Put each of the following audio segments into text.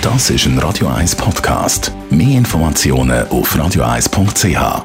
Das ist ein Radio 1 Podcast. Mehr Informationen auf radio1.ch.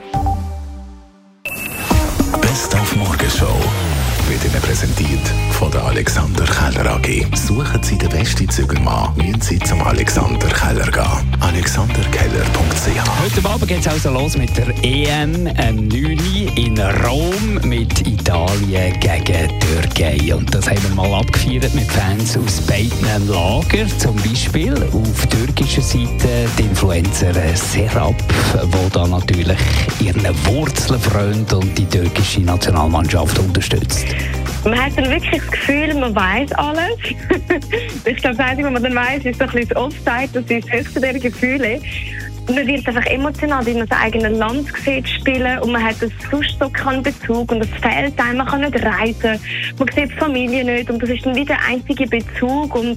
Best auf Morgenshow wird Ihnen präsentiert von der Alexander Keller AG. Suchen Sie den besten Zügelmann, müssen Sie zum Alexander Keller gehen. alexanderkeller.ch. Heute Abend geht es also los mit der EM 9 in Rom mit Italien gegen Türkei. Und das haben wir mal abgefeiert mit Fans aus beiden Lagern. Zum Beispiel auf türkischer Seite die Influencer Serap, die da natürlich ihren Wurzeln freut und die türkische Nationalmannschaft unterstützt. Man hat dann wirklich das Gefühl, man weiss alles. Ich glaube, das Einzige, was man dann weiss, ist so ein bisschen das Offside, das ist das höchste der Gefühle. Man wird einfach emotional, weil man das eigene Land sieht spielen und man hat sonst so keinen Bezug und es fehlt einem, man kann nicht reisen, man sieht die Familie nicht und das ist dann wieder der einzige Bezug und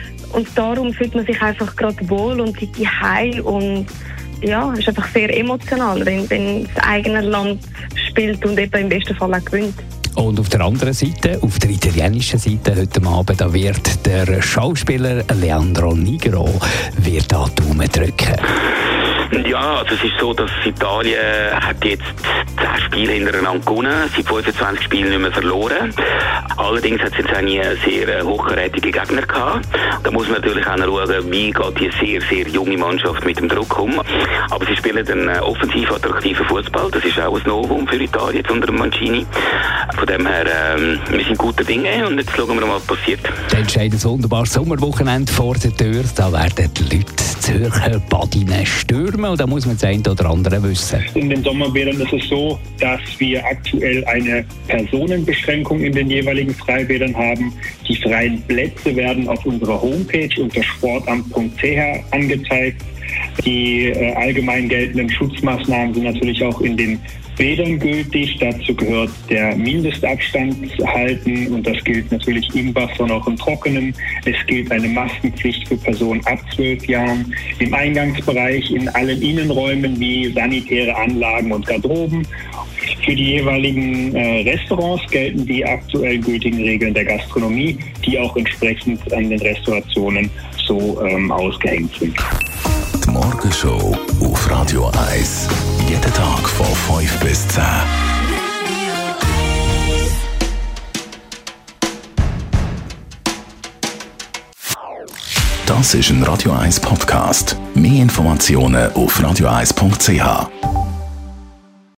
darum fühlt man sich einfach gerade wohl und die Heim und ja, es ist einfach sehr emotional, wenn das eigene Land spielt und eben im besten Fall auch gewinnt. Und auf der anderen Seite, auf der italienischen Seite heute Abend, da wird der Schauspieler Leandro Nigro da Daumen drücken. Ja, also es ist so, dass Italien hat jetzt 10 Spiele hintereinander gewonnen, seit 25 Spielen nicht mehr verloren. Allerdings hat es jetzt eine sehr hochkarätige Gegner gehabt. Da muss man natürlich auch schauen, wie geht die sehr, sehr junge Mannschaft mit dem Druck um. Aber sie spielen einen offensiv attraktiven Fußball. Das ist auch ein Novum für Italien unter Mancini. Von dem her, wir sind gute Dinge und jetzt schauen wir mal, was passiert. Dann steht ein wunderbares Sommerwochenende vor der Tür. Da werden die Leute Zürcher Badinen stürmen und da muss man das eine oder andere wissen. In den Sommerbädern ist es so, dass wir aktuell eine Personenbeschränkung in den jeweiligen Freibädern haben. Die freien Plätze werden auf unserer Homepage unter sportamt.ch angezeigt. Die allgemein geltenden Schutzmaßnahmen sind natürlich auch in den Bädern gültig. Dazu gehört der Mindestabstand halten und das gilt natürlich im Wasser und auch im Trockenen. Es gilt eine Maskenpflicht für Personen ab 12 Jahren. Im Eingangsbereich in allen Innenräumen wie sanitäre Anlagen und Garderoben. Für die jeweiligen Restaurants gelten die aktuell gültigen Regeln der Gastronomie, die auch entsprechend an den Restaurationen so ausgehängt sind. Die Morgenshow auf Radio 1. Jeden Tag von 5 bis 10. Das ist ein Radio 1 Podcast. Mehr Informationen auf radio1.ch.